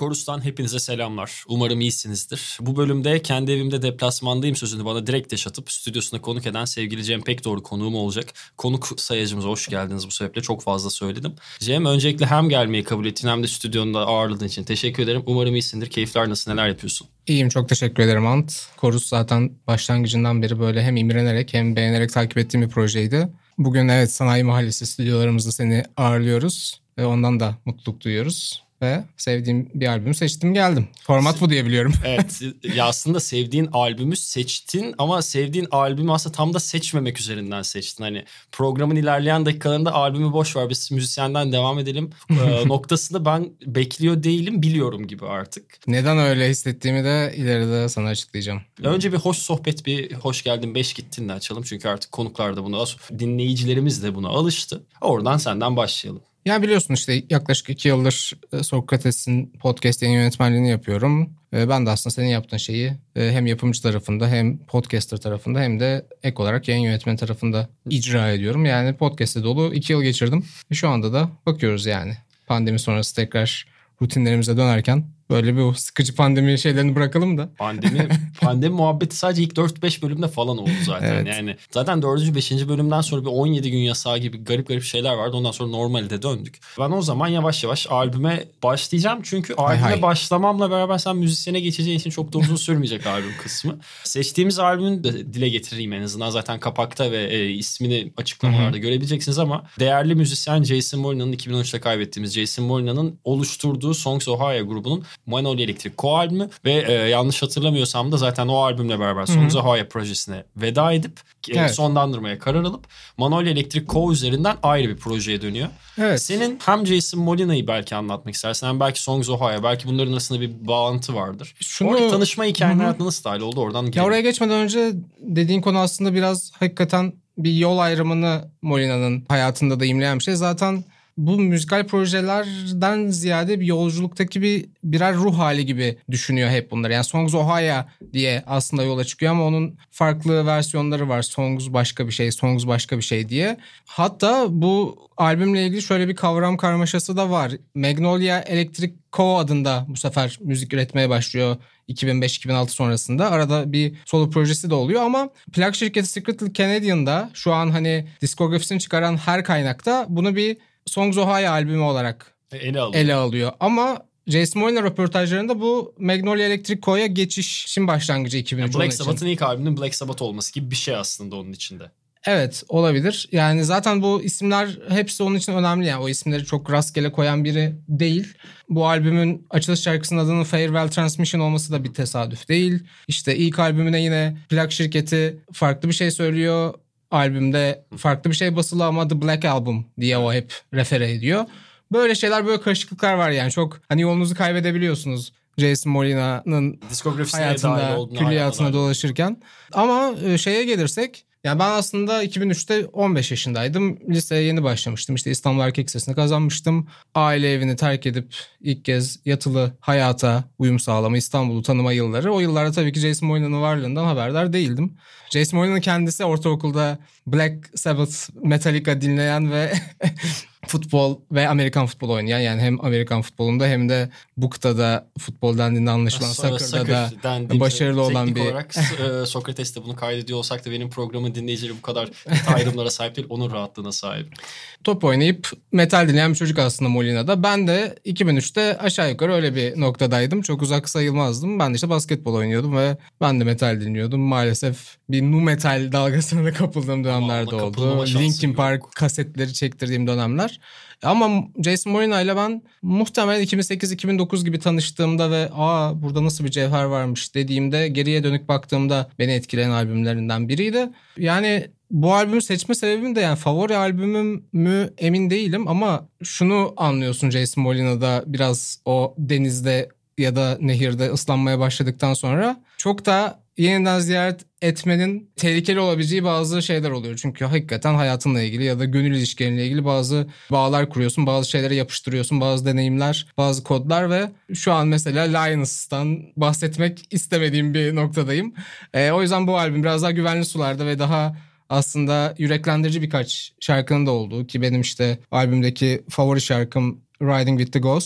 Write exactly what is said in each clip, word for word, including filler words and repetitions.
Korus'tan hepinize selamlar. Umarım iyisinizdir. Bu bölümde kendi evimde deplasmandayım sözünü bana direkt yaşatıp stüdyosuna konuk eden sevgili Cem Pekdoğru konuğum olacak. Konuk sayacımıza hoş geldiniz, bu sebeple çok fazla söyledim. Cem, öncelikle hem gelmeyi kabul ettiğin hem de stüdyonda ağırladığın için teşekkür ederim. Umarım iyisindir. Keyifler nasıl, neler yapıyorsun? İyiyim, çok teşekkür ederim Ant. Korus zaten başlangıcından beri böyle hem imrenerek hem beğenerek takip ettiğim bir projeydi. Bugün evet Sanayi Mahallesi stüdyolarımızda seni ağırlıyoruz ve ondan da mutluluk duyuyoruz. Ve sevdiğim bir albümü seçtim, geldim. Format bu diye biliyorum. Evet, ya aslında sevdiğin albümü seçtin ama sevdiğin albümü aslında tam da seçmemek üzerinden seçtin. Hani programın ilerleyen dakikalarında albümü boş ver, biz müzisyenden devam edelim e, noktasında ben bekliyor değilim, biliyorum gibi artık. Neden öyle hissettiğimi de ileride sana açıklayacağım. Önce bir hoş sohbet, bir hoş geldin beş gittin de açalım. Çünkü artık konuklar da buna, dinleyicilerimiz de buna alıştı. Oradan senden başlayalım. Ya biliyorsun işte yaklaşık iki yıldır Sokrates'in podcast yayın yönetmenliğini yapıyorum. Ben de aslında senin yaptığın şeyi hem yapımcı tarafında hem podcaster tarafında hem de ek olarak yayın yönetmeni tarafında icra ediyorum. Yani podcast'e dolu iki yıl geçirdim. Ve şu anda da bakıyoruz yani. Pandemi sonrası tekrar rutinlerimize dönerken böyle bir sıkıcı pandemi şeylerini bırakalım da. Pandemi pandemi muhabbeti sadece ilk dört beş bölümde falan oldu zaten. Evet. Yani zaten dördüncü beşinci bölümden sonra bir on yedi gün yasağı gibi garip garip şeyler vardı. Ondan sonra normalde döndük. Ben o zaman yavaş yavaş albüme başlayacağım. Çünkü albüme hay hay. başlamamla beraber sen müzisyene geçeceğin için çok da uzun sürmeyecek albüm kısmı. Seçtiğimiz albümü de dile getireyim en azından. Zaten kapakta ve e, ismini açıklamalarda görebileceksiniz ama değerli müzisyen Jason Molina'nın iki bin on üçte kaybettiğimiz Jason Molina'nın oluşturduğu Songs Ohio grubunun Manolya Electric Co albümü ve e, yanlış hatırlamıyorsam da zaten o albümle beraber Songs Ohio projesine veda edip e, evet. sonlandırmaya karar alıp Manolya Electric Co üzerinden ayrı bir projeye dönüyor. Evet. Senin hem Jason Molina'yı belki anlatmak istersen hem belki Songs Ohio, belki bunların arasında bir bağlantı vardır. Şunu... Oradaki tanışma hikayen hayatında nasıl dahil oldu, oradan gidelim. Ya oraya geçmeden önce dediğin konu aslında biraz hakikaten bir yol ayrımını Molina'nın hayatında da imleyen bir şey. Zaten bu müzikal projelerden ziyade bir yolculuktaki bir birer ruh hali gibi düşünüyor hep bunları. Yani Songs Ohio diye aslında yola çıkıyor ama onun farklı versiyonları var. Songs başka bir şey, Songs başka bir şey diye. Hatta bu albümle ilgili şöyle bir kavram karmaşası da var. Magnolia Electric Co adında bu sefer müzik üretmeye başlıyor iki bin beş iki bin altı sonrasında. Arada bir solo projesi de oluyor ama plak şirketi Secretly Canadian'da şu an hani diskografisini çıkaran her kaynakta bunu bir Songs Ohio albümü olarak ele alıyor. ele alıyor. Ama Jason Molina röportajlarında bu Magnolia Electric Co'ya geçişin başlangıcı iki bin üç. Yani Black Sabbath'ın ilk albümünün Black Sabbath olması gibi bir şey aslında onun içinde. Evet, olabilir. Yani zaten bu isimler hepsi onun için önemli. Yani o isimleri çok rastgele koyan biri değil. Bu albümün açılış şarkısının adının Farewell Transmission olması da bir tesadüf değil. İşte ilk albümüne yine plak şirketi farklı bir şey söylüyor. Albümde farklı bir şey basılı ama The Black Album diye o hep refere ediyor. Böyle şeyler, böyle karışıklıklar var yani. Çok hani yolunuzu kaybedebiliyorsunuz Jason Molina'nın hayatında, külliyatına dolaşırken. Ama şeye gelirsek, yani ben aslında iki bin üçte on beş yaşındaydım. Liseye yeni başlamıştım. İşte İstanbul Erkek Lisesi'ni kazanmıştım. Aile evini terk edip ilk kez yatılı hayata uyum sağlama, İstanbul'u tanıma yılları. O yıllarda tabii ki Jason Molina'nın varlığından haberdar değildim. Jason Molina'nın kendisi ortaokulda Black Sabbath, Metallica dinleyen ve futbol ve Amerikan futbolu oynayan, yani hem Amerikan futbolunda hem de bu kıtada futbol dendiğinde anlaşılan soccer'da da başarılı olan bir... Teknik olarak e, Sokrates'te bunu kaydediyor olsak da benim programın dinleyicileri bu kadar ayrımlara sahip değil, onun rahatlığına sahip. Top oynayıp metal dinleyen bir çocuk aslında Molina'da. Ben de iki bin üçte aşağı yukarı öyle bir noktadaydım. Çok uzak sayılmazdım. Ben de işte basketbol oynuyordum ve ben de metal dinliyordum. Maalesef bir nu metal dalgasına da kapıldığım dönemler de oldu. Linkin Park kasetleri çektirdiğim dönemler. Ama Jason Molina ile ben muhtemelen iki bin sekiz iki bin dokuz gibi tanıştığımda ve aa burada nasıl bir cevher varmış dediğimde, geriye dönük baktığımda beni etkileyen albümlerinden biriydi. Yani bu albümü seçme sebebim de, yani favori albümüm mü emin değilim ama şunu anlıyorsun Jason Molina'da biraz o denizde ya da nehirde ıslanmaya başladıktan sonra çok da yeniden ziyaret etmenin tehlikeli olabileceği bazı şeyler oluyor. Çünkü hakikaten hayatınla ilgili ya da gönül ilişkilerinle ilgili bazı bağlar kuruyorsun, bazı şeylere yapıştırıyorsun, bazı deneyimler, bazı kodlar ve şu an mesela Lioness'tan bahsetmek istemediğim bir noktadayım. E, o yüzden bu albüm biraz daha güvenli sularda ve daha aslında yüreklendirici birkaç şarkının da olduğu, ki benim işte albümdeki favori şarkım Riding with the Ghost.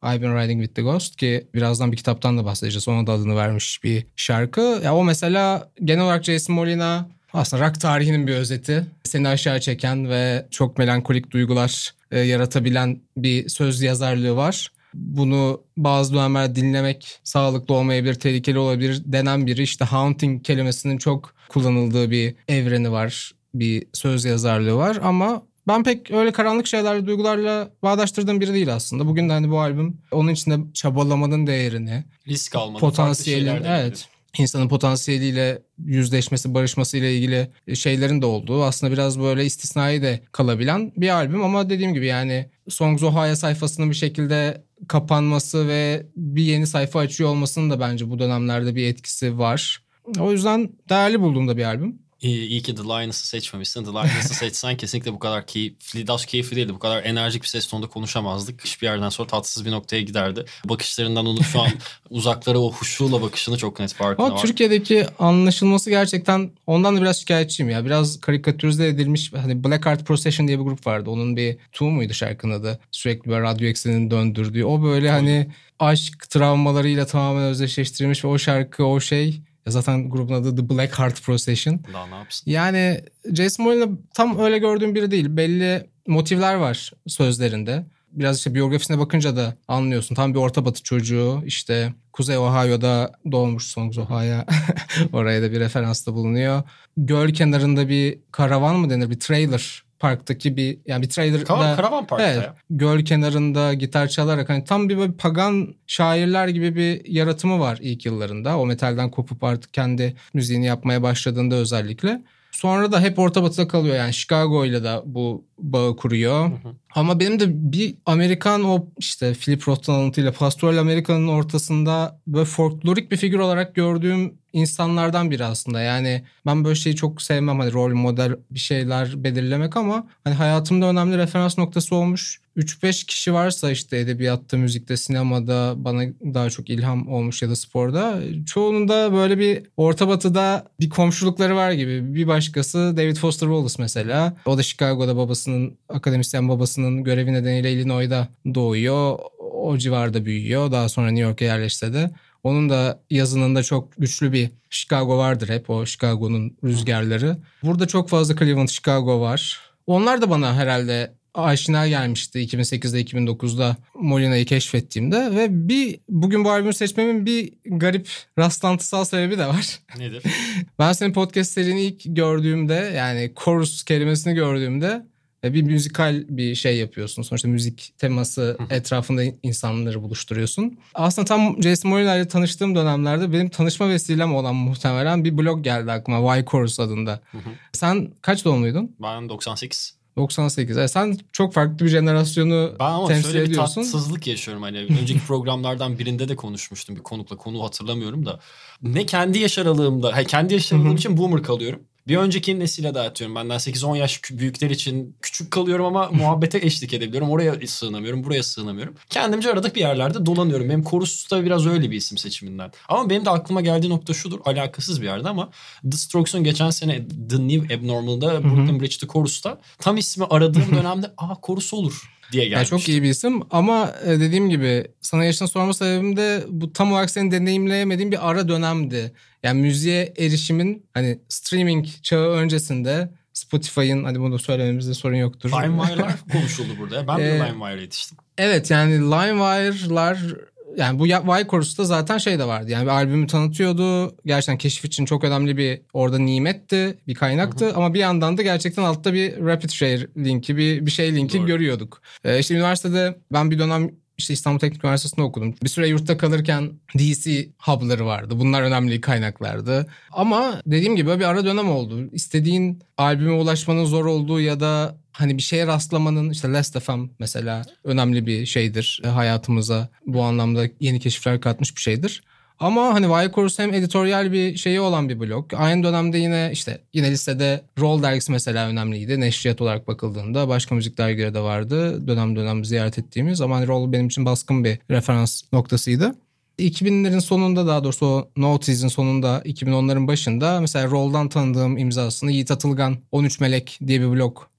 I've Been Riding With The Ghost, ki birazdan bir kitaptan da bahsedeceğiz. Ona da adını vermiş bir şarkı. Ya o mesela genel olarak Jason Molina aslında rock tarihinin bir özeti. Seni aşağı çeken ve çok melankolik duygular e, yaratabilen bir söz yazarlığı var. Bunu bazı dönemler dinlemek sağlıklı olmayabilir, tehlikeli olabilir denen biri. İşte haunting kelimesinin çok kullanıldığı bir evreni var, bir söz yazarlığı var. Ama ben pek öyle karanlık şeylerle, duygularla bağdaştırdığım biri değil aslında. Bugün de hani bu albüm onun içinde çabalamanın değerini, risk almanın, potansiyelin, evet, insanın potansiyeliyle yüzleşmesi, barışmasıyla ilgili şeylerin de olduğu, aslında biraz böyle istisnai de kalabilen bir albüm. Ama dediğim gibi yani Songs of Ohio sayfasının bir şekilde kapanması ve bir yeni sayfa açıyor olmasının da bence bu dönemlerde bir etkisi var. O yüzden değerli bulduğum da bir albüm. İyi, iyi ki The Lioness'ı seçmemişsin. The Lioness'ı seçsen kesinlikle bu kadar keyifli, daha keyifli değildi. Bu kadar enerjik bir ses tonunda konuşamazdık. Hiçbir yerden sonra tatsız bir noktaya giderdi. Bakışlarından onu şu an uzaklara o huşuyla bakışını çok net farkına Ama var. Türkiye'deki anlaşılması gerçekten, ondan da biraz şikayetçiyim ya. Biraz karikatürize edilmiş. Hani Black Heart Procession diye bir grup vardı. Onun bir Two muydu şarkının adı? Sürekli böyle radyo eksenini döndürdüğü. O böyle hani aşk travmalarıyla tamamen özdeşleştirilmiş ve o şarkı, o şey... Ya zaten grubun adı The Black Heart Procession. Daha ne yapsın? Yani Jason Molina tam öyle gördüğüm biri değil. Belli motivler var sözlerinde. Biraz işte biyografisine bakınca da anlıyorsun. Tam bir Orta Batı çocuğu. İşte Kuzey Ohio'da doğmuş, Songs of Ohio. Oraya da bir referansta bulunuyor. Göl kenarında bir karavan mı denir? Bir trailer parktaki bir, yani bir trailer Karavan, karavan parkta evet, ya. Göl kenarında gitar çalarak hani tam bir böyle pagan şairler gibi bir yaratımı var ilk yıllarında. O metalden kopup artık kendi müziğini yapmaya başladığında özellikle. Sonra da hep Orta Batı'da kalıyor, yani Chicago ile de bu bağı kuruyor. Hı hı. Ama benim de bir Amerikan, o işte Philip Roth'tan alıntıyla Pastoral Amerika'nın ortasında böyle folklorik bir figür olarak gördüğüm insanlardan biri aslında. Yani ben böyle şeyi çok sevmem, hani rol model bir şeyler belirlemek, ama hani hayatımda önemli referans noktası olmuş üç beş kişi varsa, işte edebiyatta, müzikte, sinemada bana daha çok ilham olmuş ya da sporda, çoğunun da böyle bir Orta Batı'da bir komşulukları var gibi. Bir başkası David Foster Wallace mesela. O da Chicago'da babasının, akademisyen babasının görevi nedeniyle Illinois'da doğuyor. O civarda büyüyor. Daha sonra New York'a yerleşse de. Onun da yazınında çok güçlü bir Chicago vardır hep, o Chicago'nun rüzgarları. Burada çok fazla Cleveland, Chicago var. Onlar da bana herhalde aşina gelmişti iki bin sekizde iki bin dokuzda Molina'yı keşfettiğimde. Ve bir bugün bu albümü seçmemin bir garip rastlantısal sebebi de var. Nedir? Ben senin podcast serini ilk gördüğümde, yani chorus kelimesini gördüğümde, bir müzikal bir şey yapıyorsun. Sonuçta müzik teması etrafında insanları buluşturuyorsun. Aslında tam Jason Molina ile tanıştığım dönemlerde benim tanışma vesilem olan muhtemelen bir blog geldi aklıma, Why Chorus adında. Sen kaç doğumluydun? Ben doksan sekiz. doksan sekiz. Yani sen çok farklı bir jenerasyonu ben ama temsil şöyle ediyorsun. Bir tatsızlık yaşıyorum. Hani önceki programlardan birinde de konuşmuştum bir konukla. Konuğu hatırlamıyorum da. Ne kendi yaş aralığımda, hayır, kendi yaş aralığım için boomer kalıyorum. Bir önceki nesile dağıtıyorum. Benden sekiz on yaş büyükler için küçük kalıyorum ama muhabbete eşlik edebiliyorum. Oraya sığınamıyorum, buraya sığınamıyorum. Kendimce aradık bir yerlerde dolanıyorum. Benim Chorus da biraz öyle bir isim seçiminden. Ama benim de aklıma geldiği nokta şudur. Alakasız bir yerde ama The Strokes'un geçen sene The New Abnormal'da, Brooklyn Bridge'de Chorus'ta tam ismi aradığım dönemde aa Chorus olur diye gelmişti. Yani çok iyi bir isim ama dediğim gibi sana yaşını sorma sebebim de bu tam olarak senin deneyimleyemediğin bir ara dönemdi. Yani müziğe erişimin hani streaming çağı öncesinde Spotify'ın, hadi bunu söylememizde sorun yoktur. LimeWire'lar konuşuldu burada. Ben de ee, LimeWire'a yetiştim. Evet, yani LimeWire'lar, yani bu Why Chorus'ta zaten şey de vardı. Yani bir albümü tanıtıyordu. Gerçekten keşif için çok önemli bir orada nimetti, bir kaynaktı. Hı hı. Ama bir yandan da gerçekten altta bir Rapid Share linki, bir bir şey linki Doğru. görüyorduk. Ee, işte üniversitede ben bir dönem işte İstanbul Teknik Üniversitesi'nde okudum. Bir süre yurtta kalırken D C hub'ları vardı. Bunlar önemli kaynaklardı. Ama dediğim gibi böyle bir ara dönem oldu. İstediğin albüme ulaşmanın zor olduğu ya da hani bir şeye rastlamanın, işte Last F M mesela önemli bir şeydir hayatımıza. Bu anlamda yeni keşifler katmış bir şeydir. Ama hani Why Chorus hem editoryal bir şeyi olan bir blog. Aynı dönemde yine işte yine listede Roll dergisi mesela önemliydi. Neşriyat olarak bakıldığında başka müzik dergileri de vardı. Dönem dönem ziyaret ettiğimiz, ama hani Roll benim için baskın bir referans noktasıydı. iki binlerin sonunda, daha doğrusu o noughties'in sonunda, iki bin onların başında mesela Roll'dan tanıdığım imzasını Yiğit Atılgan on üç Melek diye bir blog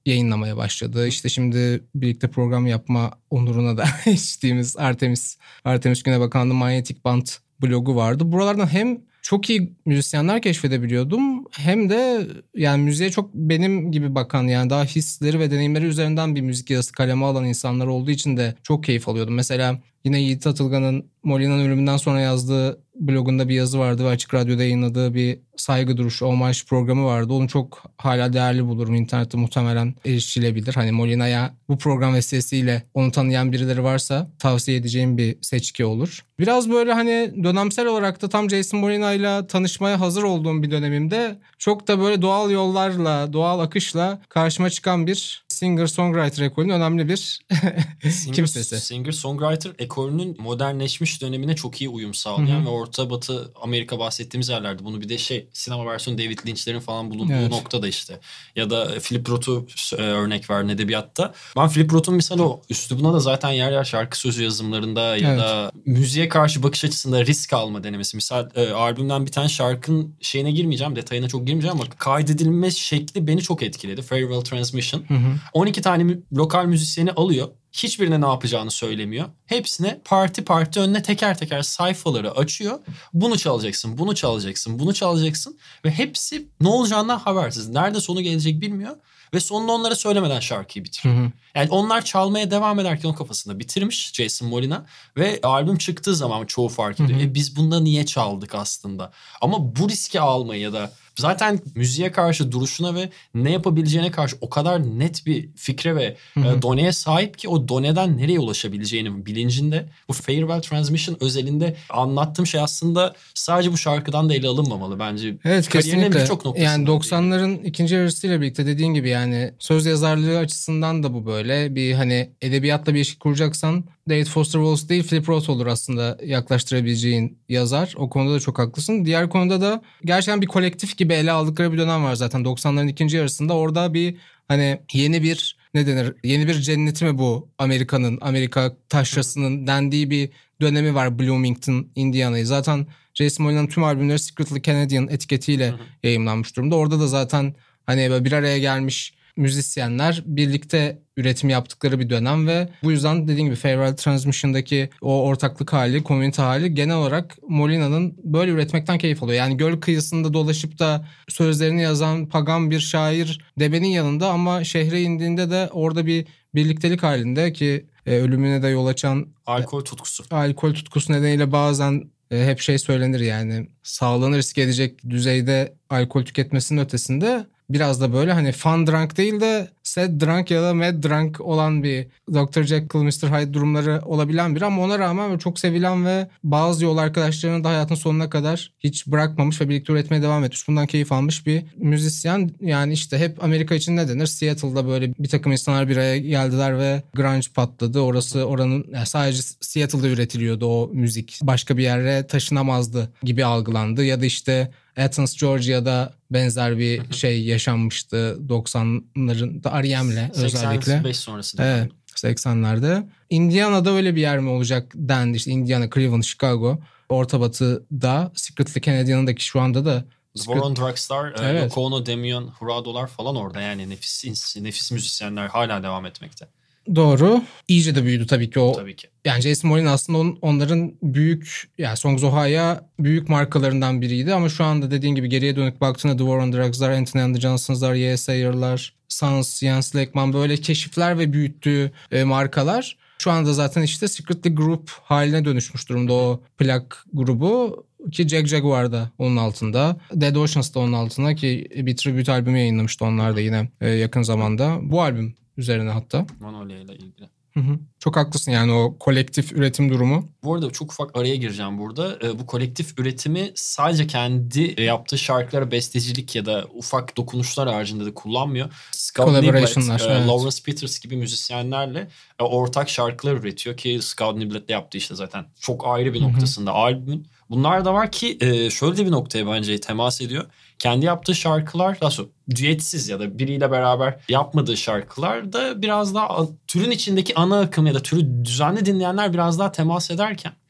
yayınlamaya başladı. İşte şimdi birlikte program yapma onuruna da içtiğimiz Artemis, Artemis Güne Bakanlığı Manyetik Band blogu vardı. Buralardan hem çok iyi müzisyenler keşfedebiliyordum hem de yani müziğe çok benim gibi bakan, yani daha hisleri ve deneyimleri üzerinden bir müzik yazısı kaleme alan insanlar olduğu için de çok keyif alıyordum. Mesela yine Yiğit Atılgan'ın Molina'nın ölümünden sonra yazdığı blogunda bir yazı vardı ve Açık Radyo'da yayınladığı bir saygı duruşu, homaj programı vardı. Onu çok hala değerli bulurum. İnternette muhtemelen erişilebilir. Hani Molina'ya bu program vesilesiyle onu tanıyan birileri varsa tavsiye edeceğim bir seçki olur. Biraz böyle hani dönemsel olarak da tam Jason Molina'yla tanışmaya hazır olduğum bir dönemimde çok da böyle doğal yollarla, doğal akışla karşıma çıkan bir singer-songwriter ekolünün önemli bir kimsesi. Singer-songwriter ekolünün modernleşmiş dönemine çok iyi uyum sağlayan, hı hı, ve Orta Batı Amerika bahsettiğimiz yerlerde bunu bir de şey sinema versiyonu David Lynch'lerin falan bulunduğu, evet, noktada işte. Ya da Philip Roth'u e, örnek ver edebiyatta. Ben Philip Roth'un mesela o üslubuna da zaten yer yer şarkı sözü yazımlarında ya, evet, da müziğe karşı bakış açısında risk alma denemesi. Misal e, albümden bir tane şarkının şeyine girmeyeceğim, detayına çok girmeyeceğim ama kaydedilme şekli beni çok etkiledi. Farewell Transmission. Hı hı. on iki tane mü- lokal müzisyeni alıyor. Hiçbirine ne yapacağını söylemiyor. Hepsine parti parti önüne teker teker sayfaları açıyor. Bunu çalacaksın, bunu çalacaksın, bunu çalacaksın. Ve hepsi ne olacağından habersiz. Nerede sonu gelecek bilmiyor. Ve sonunu onlara söylemeden şarkıyı bitiriyor. Hı hı. Yani onlar çalmaya devam ederken o kafasında bitirmiş Jason Molina. Ve albüm çıktığı zaman çoğu fark ediyor. Hı hı. E biz bunda niye çaldık aslında? Ama bu riski almayı ya da zaten müziğe karşı duruşuna ve ne yapabileceğine karşı o kadar net bir fikre ve hı hı. E, doneye sahip ki o doneden nereye ulaşabileceğinin bilincinde. Bu Farewell Transmission özelinde anlattığım şey aslında sadece bu şarkıdan da ele alınmamalı bence. Evet, kesinlikle. Yani doksanların ikinci yarısıyla birlikte dediğin gibi yani söz yazarlığı açısından da bu böyle. Bir hani edebiyatla bir ilişki kuracaksan David Foster Wallace değil Philip Roth olur aslında yaklaştırabileceğin yazar. O konuda da çok haklısın. Diğer konuda da gerçekten bir kolektif gibi ele aldıkları bir dönem var zaten doksanların ikinci yarısında. Orada bir hani yeni bir ne denir? Yeni bir cenneti mi bu Amerika'nın, Amerika taşrasının dendiği bir dönemi var Bloomington, Indiana'yı. Zaten Jason Molina'nın tüm albümleri Secretly Canadian etiketiyle yayımlanmış durumda. Orada da zaten hani böyle bir araya gelmiş müzisyenler birlikte üretim yaptıkları bir dönem ve bu yüzden dediğim gibi Farewell Transmission'daki o ortaklık hali, komünite hali genel olarak Molina'nın böyle üretmekten keyif alıyor. Yani göl kıyısında dolaşıp da sözlerini yazan pagan bir şair debenin yanında ama şehre indiğinde de orada bir birliktelik halinde ki e, ölümüne de yol açan alkol tutkusu. Alkol tutkusu nedeniyle bazen e, hep şey söylenir yani sağlığını riske edecek düzeyde alkol tüketmesinin ötesinde biraz da böyle hani fun drunk değil de sad drunk ya da mad drunk olan bir doktor Jekyll mister Hyde durumları olabilen biri ama ona rağmen çok sevilen ve bazı yol arkadaşlarını da hayatın sonuna kadar hiç bırakmamış ve birlikte üretmeye devam etmiş. Bundan keyif almış bir müzisyen. Yani işte hep Amerika için ne denir? Seattle'da böyle bir takım insanlar bir araya geldiler ve grunge patladı. Orası oranın yani sadece Seattle'da üretiliyordu o müzik. Başka bir yere taşınamazdı gibi algılandı. Ya da işte Athens, Georgia'da benzer bir hı hı. şey yaşanmıştı doksanların da R E M'le özellikle. seksen beş sonrası da. Evet, seksenlerde. Indiana'da öyle bir yer mi olacak dendi. İşte Indiana, Cleveland, Chicago. Orta Batı'da Secretly Canadian'daki şu anda da The War on Drugs'lar, evet. Yoko Ono, Demian Hurado'lar falan orada yani nefis nefis müzisyenler hala devam etmekte. Doğru. İyice de büyüdü tabii ki o. Tabii ki. Yani Jason Molina aslında on, onların büyük yani Songs of High'a büyük markalarından biriydi ama şu anda dediğin gibi geriye dönük baktığında The War on Drugs'lar, Anthony and the Johnson's'lar, Yes Sayer'lar, Sons, Jens Lekman böyle keşifler ve büyüttüğü e, markalar. Şu anda zaten işte Secretly Group haline dönüşmüş durumda o plak grubu ki Jack Jaguar da onun altında. Dead Oceans da onun altında ki bir tribute albümü yayınlamıştı onlar da yine e, yakın zamanda. Bu albüm üzerine hatta. Manolya ile ilgili. Hı hı. Çok haklısın yani o kolektif üretim durumu. Bu arada çok ufak araya gireceğim burada. Ee, bu kolektif üretimi sadece kendi yaptığı şarkılara bestecilik ya da ufak dokunuşlar haricinde de kullanmıyor. Scott Niblett, evet. e, Lawrence Peters gibi müzisyenlerle e, ortak şarkılar üretiyor ki Scott Niblett'le yaptığı işte zaten çok ayrı bir noktasında hı hı. albümün. Bunlar da var ki e, şöyle de bir noktaya bence temas ediyor. Kendi yaptığı şarkılar daha sonra düetsiz ya da biriyle beraber yapmadığı şarkılar da biraz daha türün içindeki ana akım ya da türü düzenli dinleyenler biraz daha temas ederken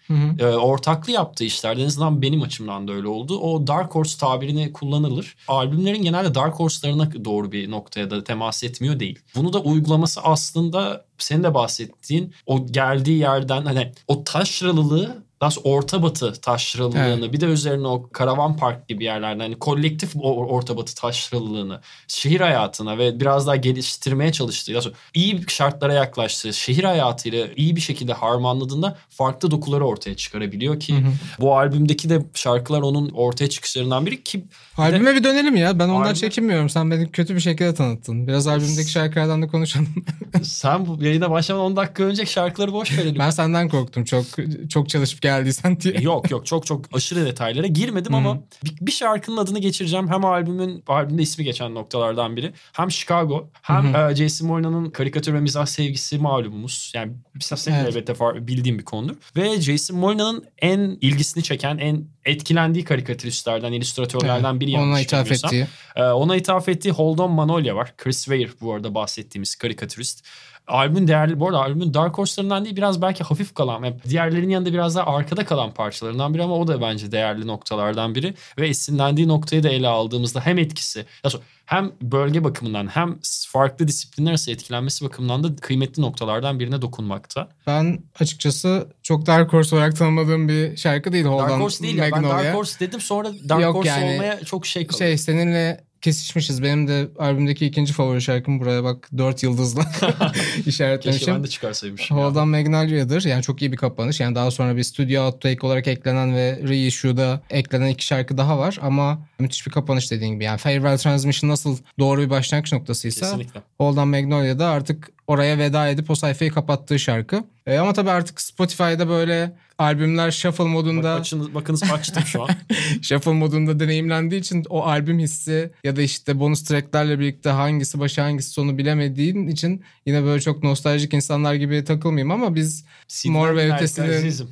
Hı hı. E, ortaklı yaptığı işlerde, en azından benim açımdan da öyle oldu. O Dark Horse tabirini kullanılır. Albümlerin genelde Dark Horse'larına doğru bir noktaya da temas etmiyor değil. Bunu da uygulaması aslında senin de bahsettiğin o geldiği yerden, hani o taşralılığı, daha sonra Orta Batı taşralılığını, evet. Bir de üzerine o Karavan Park gibi yerlerden hani kolektif Orta Batı taşralılığını şehir hayatına ve biraz daha geliştirmeye çalıştığı, daha sonra iyi şartlara yaklaştığı şehir hayatıyla iyi bir şekilde harmanladığında farklı dokuları ortaya çıkarabiliyor ki, hı hı. Bu albümdeki de şarkılar onun ortaya çıkışlarından biri ki. Albüme bir dönelim ya. Ben ondan albüm... çekinmiyorum. Sen beni kötü bir şekilde tanıttın. Biraz albümdeki şarkılardan da konuşalım. Sen bu yayına başlamadan on dakika önceki şarkıları boş verelim. Ben senden korktum. Çok çok çalışıp geldiysen diye. Yok yok çok çok aşırı detaylara girmedim hmm. ama bir, bir şarkının adını geçireceğim. Hem albümün albümde ismi geçen noktalardan biri. Hem Chicago, hem hmm. Jason Molina'nın karikatür ve mizah sevgisi malumumuz. Yani senin evet. elbette bildiğim bir konudur. Ve Jason Molina'nın en ilgisini çeken, en etkilendiği karikatüristlerden, illüstratörlerden evet. biri yanlış ona ithaf ettiği. Ona ithaf ettiği Hold On Magnolia var. Chris Ware bu arada bahsettiğimiz karikatürist. Albümün değerli, bu arada albümün Dark Horse'larından değil, biraz belki hafif kalan, yani diğerlerinin yanında biraz daha arkada kalan parçalarından biri ama o da bence değerli noktalardan biri. Ve esinlendiği noktayı da ele aldığımızda hem etkisi, hem bölge bakımından hem farklı disiplinler arası etkilenmesi bakımından da kıymetli noktalardan birine dokunmakta. Ben açıkçası çok Dark Horse olarak tanımadığım bir şarkı değil. Dark Horse değil ya, ben Dark Horse dedim sonra Dark Yok Horse yani, olmaya çok şey kalıyor. Şey seninle kesişmişiz. Benim de albümdeki ikinci favori şarkım, buraya bak dört yıldızla işaretlemişim. Keşke ben de çıkarsaymışım. Hold On Magnolia'dır. Yani çok iyi bir kapanış. Yani daha sonra bir stüdyo outtake olarak eklenen ve reissue'da eklenen iki şarkı daha var ama müthiş bir kapanış dediğin gibi. Yani Farewell Transmission nasıl doğru bir başlangıç noktasıysa, kesinlikle. Hold On Magnolia'da artık oraya veda edip o sayfayı kapattığı şarkı. E ama tabii artık Spotify'da böyle albümler shuffle modunda... Bak, açınız, bakınız açtım şu an. Shuffle modunda deneyimlendiği için o albüm hissi ya da işte bonus tracklerle birlikte hangisi başı hangisi sonu bilemediğin için yine böyle çok nostaljik insanlar gibi takılmayayım ama biz Sidney Mor ve Ötesi'nin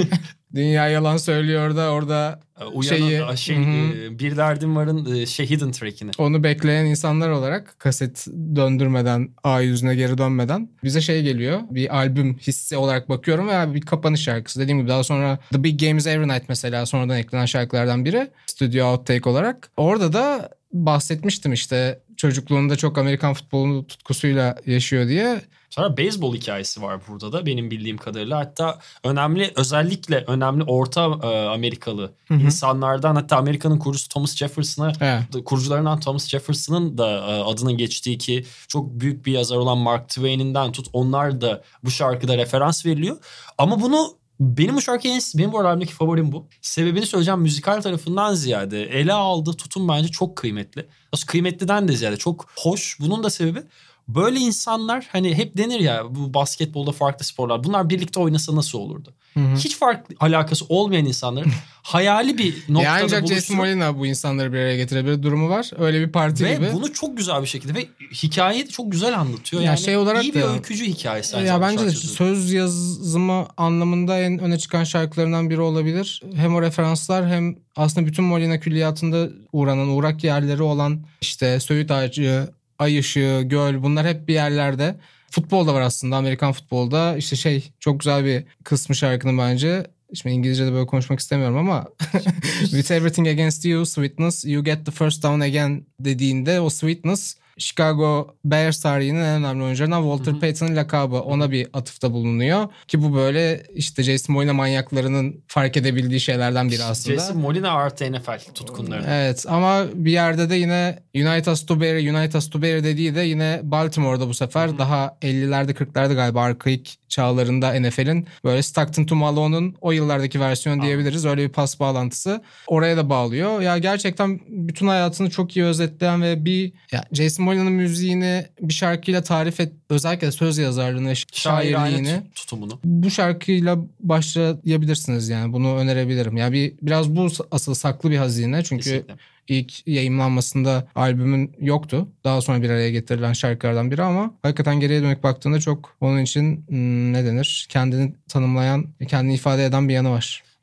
Dünya Yalan Söylüyor da orada Uyanan, şeyi şey, e, Bir Derdim Var'ın şey Hidden Track'ini. Onu bekleyen insanlar olarak kaset döndürmeden, A yüzüne geri dönmeden bize şey geliyor. Bir albüm hissi olarak bakıyorum ve bir kapanış şarkısı. Dediğim gibi daha sonra The Big Game Is Every Night mesela sonradan eklenen şarkılardan biri. Studio Outtake olarak. Orada da bahsetmiştim işte çocukluğunda çok Amerikan futbolu tutkusuyla yaşıyor diye. Sonra beyzbol hikayesi var burada da benim bildiğim kadarıyla. Hatta önemli, özellikle önemli Orta e, Amerikalı hı hı. insanlardan, hatta Amerika'nın kurucusu Thomas Jefferson'a, evet. kurucularından Thomas Jefferson'ın da e, adının geçtiği ki çok büyük bir yazar olan Mark Twain'inden tut, onlar da bu şarkıda referans veriliyor. Ama bunu benim bu şarkı en, benim bu albümdeki favorim bu. Sebebini söyleyeceğim, müzikal tarafından ziyade ele aldığı tutum bence çok kıymetli. Aslında kıymetliden de ziyade çok hoş. Bunun da sebebi, böyle insanlar hani hep denir ya bu basketbolda farklı sporlar, bunlar birlikte oynasa nasıl olurdu? Hı hı. Hiç farklı alakası olmayan insanların hayali bir noktada ya ancak buluşturup... Jason Molina bu insanları bir araya getirebilir durumu var. Öyle bir parti ve gibi. Ve bunu çok güzel bir şekilde ve hikayeyi de çok güzel anlatıyor. Ya yani şey olarak iyi da, bir öykücü hikayesi. Ya bence de söz yazımı anlamında en öne çıkan şarkılarından biri olabilir. Hem o referanslar hem aslında bütün Molina külliyatında uğranan, uğrak yerleri olan işte Söğüt Ağacı, Ay Işığı, Göl, bunlar hep bir yerlerde. Futbolda var aslında, Amerikan futbolda. İşte şey, çok güzel bir kısmı şarkının bence. Şimdi İngilizce'de böyle konuşmak istemiyorum ama With everything against you, sweetness, you get the first down again dediğinde o sweetness Chicago Bears tarihinin en önemli oyuncularından Walter Payton'ın lakabı. Ona bir atıfta bulunuyor. Ki bu böyle işte Jason Molina manyaklarının fark edebildiği şeylerden biri aslında. Jason Molina artı N F L tutkunları. Evet ama bir yerde de yine Unite Us to Bury, Unite Us to Bury dediği de yine Baltimore'da bu sefer. Hı-hı. Daha ellilerde kırklarda galiba arkaik çağlarında N F L'in böyle Stockton to Malone'un o yıllardaki versiyonu diyebiliriz. Öyle bir pas bağlantısı. Oraya da bağlıyor. Ya gerçekten bütün hayatını çok iyi özetleyen ve bir ya Jason Molina'nın müziğini bir şarkıyla tarif et, özellikle söz yazarlığını, şairliğini, tutumunu. Bu şarkıyla başlayabilirsiniz yani. Bunu önerebilirim. Yani bir biraz bu asıl saklı bir hazine. Çünkü kesinlikle. İlk yayımlanmasında albümün yoktu. Daha sonra bir araya getirilen şarkılardan biri ama hakikaten geriye dönük baktığında çok onun için ne denir? Kendini tanımlayan, kendini ifade eden bir yanı var.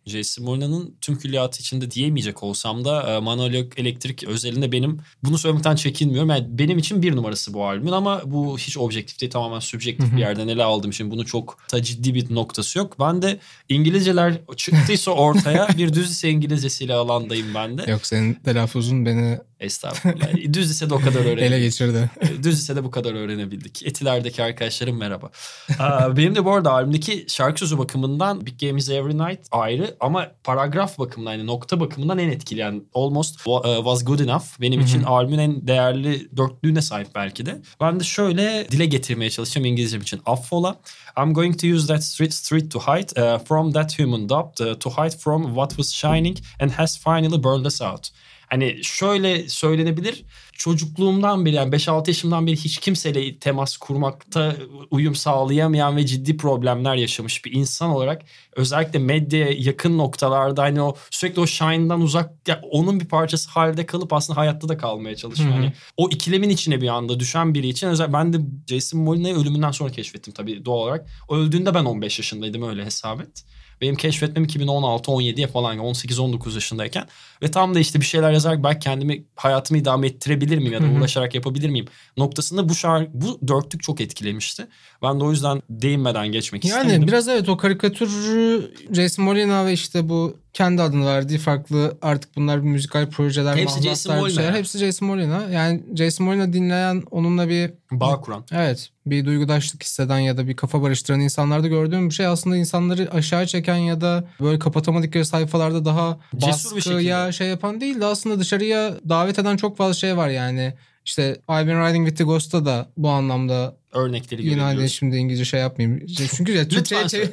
Jason Molina'nın tüm külliyatı içinde diyemeyecek olsam da Manolya Elektrik özelinde benim bunu söylemekten çekinmiyorum. Yani benim için bir numarası bu albümün ama bu hiç objektif değil, tamamen sübjektif bir yerden ele aldığım için bunu çok da ciddi bir noktası yok. Ben de İngilizceler çıktıysa ortaya bir düz lise İngilizcesiyle alandayım ben de. Yok, senin telaffuzun beni... Estağfurullah. Düz lisede o kadar öğrenebildik. Ele geçirdi. Düz lisede bu kadar öğrenebildik. Etiler'deki arkadaşlarım merhaba. Benim de bu arada albümdeki şarkı sözü bakımından Big Game is Every Night ayrı ama paragraf bakımından, yani nokta bakımından en etkileyen Almost Was Good Enough benim için albümün en değerli dörtlüğüne sahip belki de. Ben de şöyle dile getirmeye çalışacağım İngilizcem için. Affola. I'm going to use that street street to hide uh, from that human doubt, uh, to hide from what was shining and has finally burned us out. Hani şöyle söylenebilir, çocukluğumdan beri, yani beş altı yaşımdan beri hiç kimseyle temas kurmakta uyum sağlayamayan ve ciddi problemler yaşamış bir insan olarak özellikle medyaya yakın noktalarda hani o sürekli o shine'dan uzak, yani onun bir parçası halde kalıp aslında hayatta da kalmaya çalışıyor. Hani o ikilemin içine bir anda düşen biri için özel, ben de Jason Molina'yı ölümünden sonra keşfettim tabii doğal olarak. O öldüğünde ben on beş yaşındaydım, öyle hesap et. Benim keşfetmem iki bin on altı on yediye falan, on sekiz on dokuz yaşındayken ve tam da işte bir şeyler yazarak belki kendimi, hayatımı idame ettirebilir miyim ya da uğraşarak yapabilir miyim noktasında bu şarkı, bu dörtlük çok etkilemişti. Ben de o yüzden değinmeden geçmek yani istemedim. Yani biraz evet, o karikatür Jason Molina ve işte bu kendi adını verdiği farklı, artık bunlar bir müzikal projeler, hepsi Jason Molina şeyler, hepsi Jason Molina. Yani Jason Molina dinleyen, onunla bir bağ kuran. Evet, bir duygudaşlık hisseden ya da bir kafa barıştıran insanlarda gördüğüm bir şey aslında insanları aşağı çeken ya da böyle kapatamadıkları sayfalarda daha baskıya şey yapan değil de aslında dışarıya davet eden çok fazla şey var yani. İşte I've Been Riding With The Ghost'ta da bu anlamda örnekleri yine görüyoruz. Yine şimdi İngilizce şey yapmayayım. Çünkü ya Türkçe'ye çevir...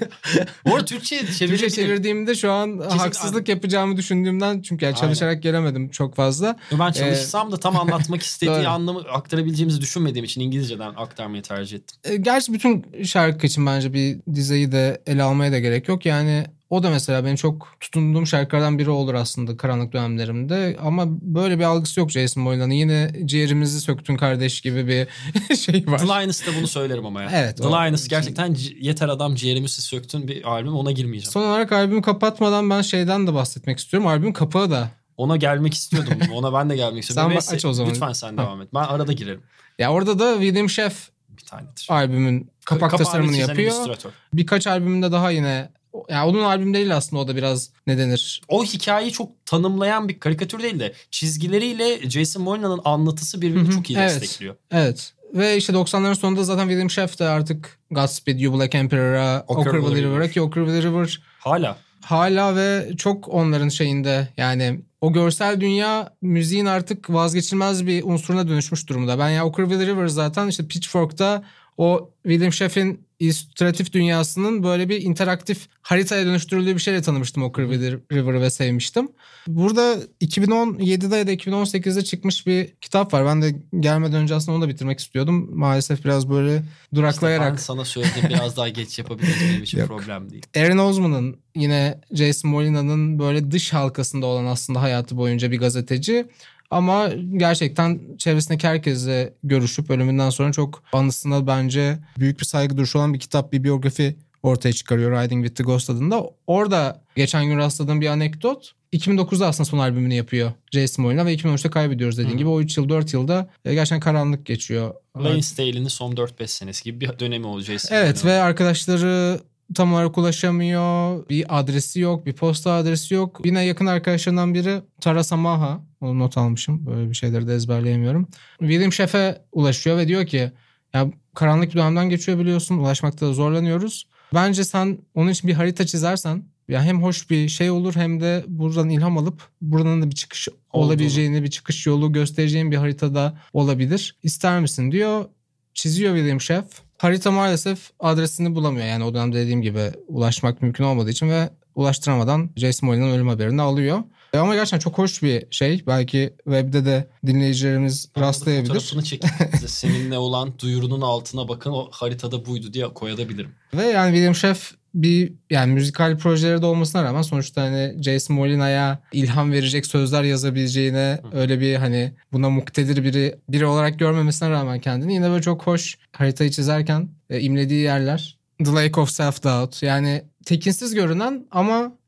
Türkçe Türkçe çevirdiğimde şu an kesinlikle haksızlık yapacağımı düşündüğümden, çünkü yani çalışarak gelemedim çok fazla. Ben çalışsam ee... da tam anlatmak istediği anlamı aktarabileceğimizi düşünmediğim için İngilizceden aktarmayı tercih ettim. Gerçi bütün şarkı için bence bir dizeyi de ele almaya da gerek yok. Yani o da mesela benim çok tutunduğum şarkılardan biri olur aslında karanlık dönemlerimde. Ama böyle bir algısı yok Jason Molina'nın. Yine ciğerimizi söktün kardeş gibi bir şey var. The Linus'ta bunu söylerim ama ya. Evet. The Linus gerçekten c- yeter adam ciğerimizi söktün bir albüm, ona girmeyeceğim. Son olarak albümü kapatmadan ben şeyden de bahsetmek istiyorum. Albüm kapağı da. Ona gelmek istiyordum. Ona ben de gelmek istiyorum. Sen aç o zaman. Lütfen sen devam et. Ben arada girerim. Ya orada da William Sheff bir tanedir. Albümün kapak K- tasarımını yapıyor. illüstratör. Birkaç albümünde daha yine, yani onun albüm değil aslında, o da biraz ne denir? O hikayeyi çok tanımlayan bir karikatür değil de çizgileriyle Jason Molina'nın anlatısı birbirini çok iyi evet, destekliyor. Evet. Ve işte doksanların sonunda zaten William Sheff de artık Godspeed You Black Emperor'a, Ockerville River'a, ki Ockerville River hala hala ve çok onların şeyinde, yani o görsel dünya müziğin artık vazgeçilmez bir unsuruna dönüşmüş durumda. Ben ya Ockerville River zaten işte Pitchfork'ta o William Sheff'in illüstratif dünyasının böyle bir interaktif haritaya dönüştürüldüğü bir şeyle tanımıştım Ockerville River'ı ve sevmiştim. Burada iki bin on yedide ya da iki bin on sekizde çıkmış bir kitap var. Ben de gelmeden önce aslında onu da bitirmek istiyordum. Maalesef biraz böyle duraklayarak. İşte ben sana söyledim, biraz daha geç yapabiliriz, benim için problem değil. Aaron Osman'ın, yine Jason Molina'nın böyle dış halkasında olan aslında hayatı boyunca bir gazeteci. Ama gerçekten çevresindeki herkesle görüşüp ölümünden sonra çok anısına bence büyük bir saygı duruşu olan bir kitap, bir biyografi ortaya çıkarıyor, Riding With The Ghost adında. Orada geçen gün rastladığım bir anekdot. iki bin dokuzda aslında son albümünü yapıyor Jason Molina ve iki bin on üçte kaybediyoruz dediğin Hı. gibi. O üç yıl dört yılda gerçekten karanlık geçiyor. Lane Staley'nin son dört beş senesi gibi bir dönemi oldu Jason Evet Molina. Ve arkadaşları tam olarak ulaşamıyor. Bir adresi yok, bir posta adresi yok. Yine yakın arkadaşlarından biri Tara Samaha. Onu not almışım. Böyle bir şeyleri de ezberleyemiyorum. William Sheff'e ulaşıyor ve diyor ki ya karanlık bir dönemden geçiyor biliyorsun. Ulaşmakta da zorlanıyoruz. Bence sen onun için bir harita çizersen ya hem hoş bir şey olur hem de buradan ilham alıp buradan da bir çıkış Oldu. olabileceğini, bir çıkış yolu göstereceğin bir haritada olabilir. İster misin diyor. Çiziyor William Sheff. Harita maalesef adresini bulamıyor. Yani o dönemde dediğim gibi ulaşmak mümkün olmadığı için ve ulaştıramadan Jason Molina'nın ölüm haberini alıyor. Ama gerçekten çok hoş bir şey. Belki webde de dinleyicilerimiz Anladım, rastlayabilir. Fotoğrafını çekip seninle olan duyurunun altına bakın o haritada buydu diye koyabilirim. Ve yani William Sheff bir yani müzikal projeleri de olmasına rağmen sonuçta hani Jason Molina'ya ilham verecek sözler yazabileceğine Hı. öyle bir hani buna muktedir biri biri olarak görmemesine rağmen kendini yine böyle çok hoş haritayı çizerken e, imlediği yerler. The Lake of Self-Doubt, yani tekinsiz görünen ama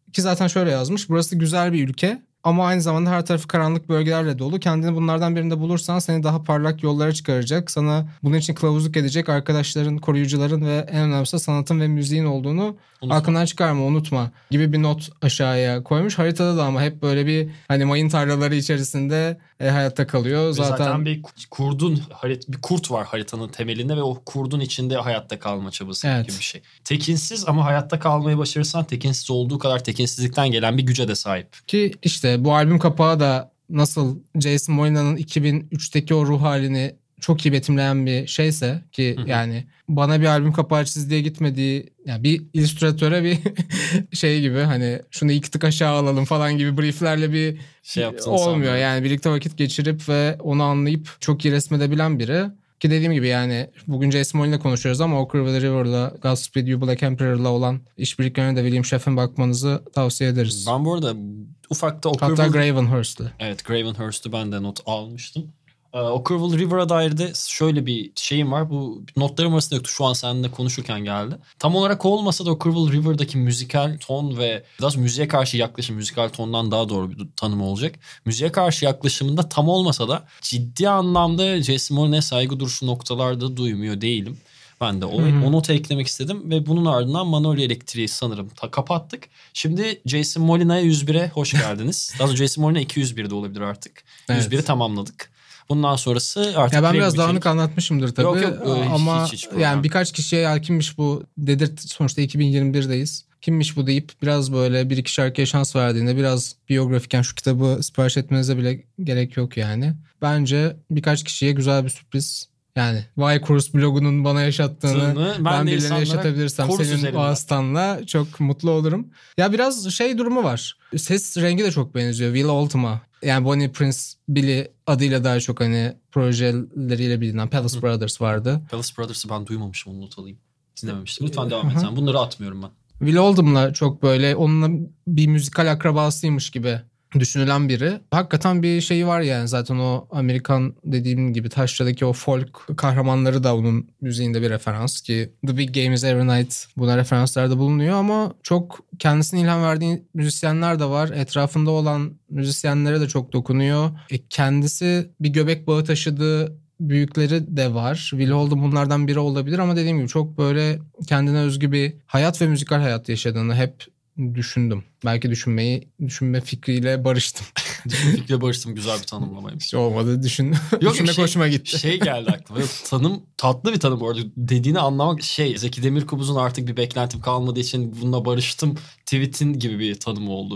ki zaten şöyle yazmış. Burası güzel bir ülke ama aynı zamanda her tarafı karanlık bölgelerle dolu. Kendini bunlardan birinde bulursan seni daha parlak yollara çıkaracak. Sana bunun için kılavuzluk edecek arkadaşların, koruyucuların ve en önemlisi sanatın ve müziğin olduğunu unutma. Aklından çıkarma, unutma gibi bir not aşağıya koymuş. Haritada da ama hep böyle bir hani mayın tarlaları içerisinde e, hayatta kalıyor. Zaten... zaten bir kurdun bir kurt var haritanın temelinde ve o kurdun içinde hayatta kalma çabası evet. gibi bir şey. Tekinsiz ama hayatta kalmayı başarırsan tekinsiz olduğu kadar tekinsizlikten gelen bir güce de sahip. Ki işte bu albüm kapağı da nasıl Jason Molina'nın iki bin üçteki o ruh halini çok iyi betimleyen bir şeyse ki hı hı. yani bana bir albüm kapağı çiz diye gitmediği yani bir illüstratöre bir şey gibi hani şunu iki tık aşağı alalım falan gibi brieflerle bir şey olmuyor. Sanmıyorum. Yani birlikte vakit geçirip ve onu anlayıp çok iyi resmedebilen biri. Ki dediğim gibi yani bugün Jason Molin'le konuşuyoruz ama Ockerville River'la Godspeed You Black Emperor'la olan işbirliklerine de William Schaeff'in bakmanızı tavsiye ederiz. Ben bu arada ufakta Ockerville... Hatta Gravenhurst'ı. Evet, Gravenhurst'ı ben de not almıştım. Ee, Ockerville River'a dair de şöyle bir şeyim var. Bu notlarım arasında yoktu. Şu an seninle konuşurken geldi. Tam olarak olmasa da Ockerville River'daki müzikal ton ve daha doğrusu müziğe karşı yaklaşım, müzikal tondan daha doğru bir tanım olacak. Müziğe karşı yaklaşımında tam olmasa da ciddi anlamda Jason Molina'ya saygı duruşu noktalarda duymuyor değilim. Ben de o, hmm. o notu eklemek istedim ve bunun ardından Manolya Elektriği sanırım ta kapattık. Şimdi Jason Molina'ya yüz bire hoş geldiniz. Daha sonra Jason Molina iki yüz birde olabilir artık. Evet. yüz biri tamamladık. Bundan sonrası artık... Ya ben biraz dağınık anlatmışımdır tabii. Yok yok öyle ama hiç, hiç yani birkaç kişiye ya kimmiş bu dedirt sonuçta iki bin yirmi birdeyiz. Kimmiş bu deyip biraz böyle bir iki şarkıya şans verdiğinde biraz biyografiken şu kitabı sipariş etmenize bile gerek yok yani. Bence birkaç kişiye güzel bir sürpriz. Yani Vay Kurs blogunun bana yaşattığını ben, ben birilerine yaşatabilirsem senin vasıtanla çok mutlu olurum. Ya biraz şey durumu var. Ses rengi de çok benziyor. Will Oldham'a. Yani Bonnie Prince Billy adıyla daha çok hani projeleriyle bilinen Palace Hı. Brothers vardı. Palace Brothers'ı ben duymamışım, onu not alayım. Dinlememiştim. Lütfen devam et sen. Bunları atmıyorum ben. Will Oldham'la çok böyle onunla bir müzikal akrabasıymış gibi düşünülen biri. Hakikaten bir şeyi var yani zaten o Amerikan dediğim gibi taşradaki o folk kahramanları da onun müziğinde bir referans ki The Big Game is Every Night buna referanslarda bulunuyor ama çok kendisine ilham verdiği müzisyenler de var. Etrafında olan müzisyenlere de çok dokunuyor. E kendisi bir göbek bağı taşıdığı büyükleri de var. Will Oldham bunlardan biri olabilir ama dediğim gibi çok böyle kendine özgü bir hayat ve müzikal hayat yaşadığını hep düşündüm. Belki düşünmeyi, düşünme fikriyle barıştım. Düşünme fikriyle barıştım. Güzel bir tanımlamaymış. Hiç olmadı. Düşün. Yok, düşünmek şey, hoşuma gitti. Şey geldi aklıma. Yok, tanım tatlı bir tanım bu arada. Dediğini anlamak şey. Zeki Demirkubuz'un artık bir beklentim kalmadığı için bununla barıştım tweet'in gibi bir tanımı oldu.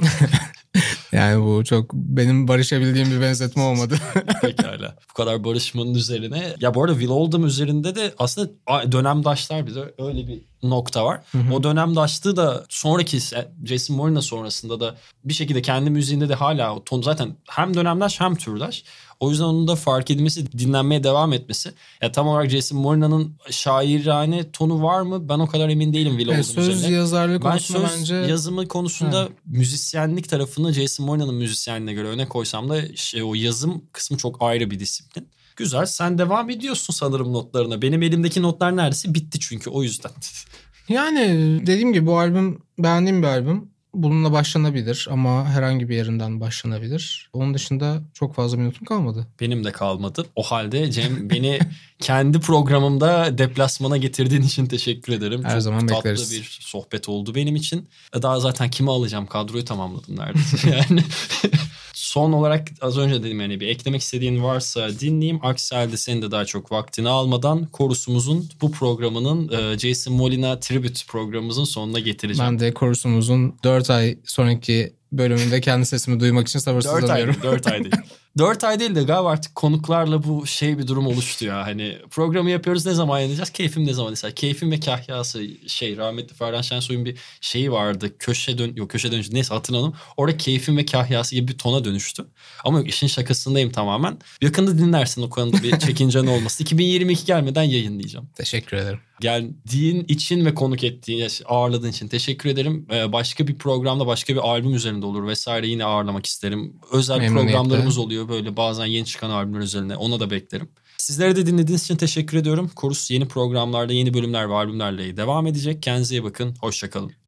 Yani bu çok benim barışabildiğim bir benzetme olmadı. Pekala. Bu kadar barışmanın üzerine. Ya bu arada Will Oldham üzerinde de aslında dönemdaşlar bir de öyle bir nokta var. Hı hı. O dönemdaşlığı da sonraki Jason Molina sonrasında da bir şekilde kendi müziğinde de hala o ton zaten hem dönemdaş hem türdaş. O yüzden onun da fark edilmesi, dinlenmeye devam etmesi. Ya tam olarak Jason Molina'nın şairane tonu var mı? Ben o kadar emin değilim Will Oldham üzerine. Söz yazarlığı konusunda ben söz bence... yazımı konusunda ha. müzisyenlik tarafını Jason Molina'nın müzisyenliğine göre öne koysam da şey, o yazım kısmı çok ayrı bir disiplin. Güzel. Sen devam ediyorsun sanırım notlarına. Benim elimdeki notlar neredeyse bitti çünkü o yüzden. Yani dediğim gibi bu albüm beğendiğim bir albüm. Bununla başlanabilir ama herhangi bir yerinden başlanabilir. Onun dışında çok fazla bir notum kalmadı. Benim de kalmadı. O halde Cem beni kendi programımda deplasmana getirdiğin için teşekkür ederim. Her çok zaman tatlı bekleriz. Bir sohbet oldu benim için. Daha zaten kimi alacağım? Kadroyu tamamladım neredeyse. Yani son olarak az önce dedim yani bir eklemek istediğin varsa dinleyeyim. Aksi halde senin de daha çok vaktini almadan Chorus'umuzun bu programının Jason Molina Tribute programımızın sonuna getireceğim. Ben de Chorus'umuzun dört ay sonraki bölümünde kendi sesimi duymak için sabırsızlanıyorum. dört ay değil. dört ay değil de galiba artık konuklarla bu şey bir durum oluştu ya. Hani programı yapıyoruz, ne zaman yayınlayacağız? Keyfim ne zaman mesela? Keyfim ve kahyası şey rahmetli Ferhan Şensoy'un bir şeyi vardı. Köşe dön yok köşe dönüşü neyse hatırlamıyorum. Orada keyfim ve kahyası gibi bir tona dönüştü. Ama yok, işin şakasındayım tamamen. Yakında dinlersin, o konuda bir çekincen olmasın. iki bin yirmi iki gelmeden yayınlayacağım. Teşekkür ederim. Geldiğin için ve konuk ettiğin, ağırladığın için teşekkür ederim. Ee, başka bir programda başka bir albüm üzerinde olur vesaire yine ağırlamak isterim. Özel Memnuniyetle. Programlarımız oluyor böyle bazen yeni çıkan albümler üzerine, ona da beklerim. Sizlere de dinlediğiniz için teşekkür ediyorum. Chorus yeni programlarda yeni bölümler ve albümlerle devam edecek. Kendinize iyi bakın. Hoşça kalın.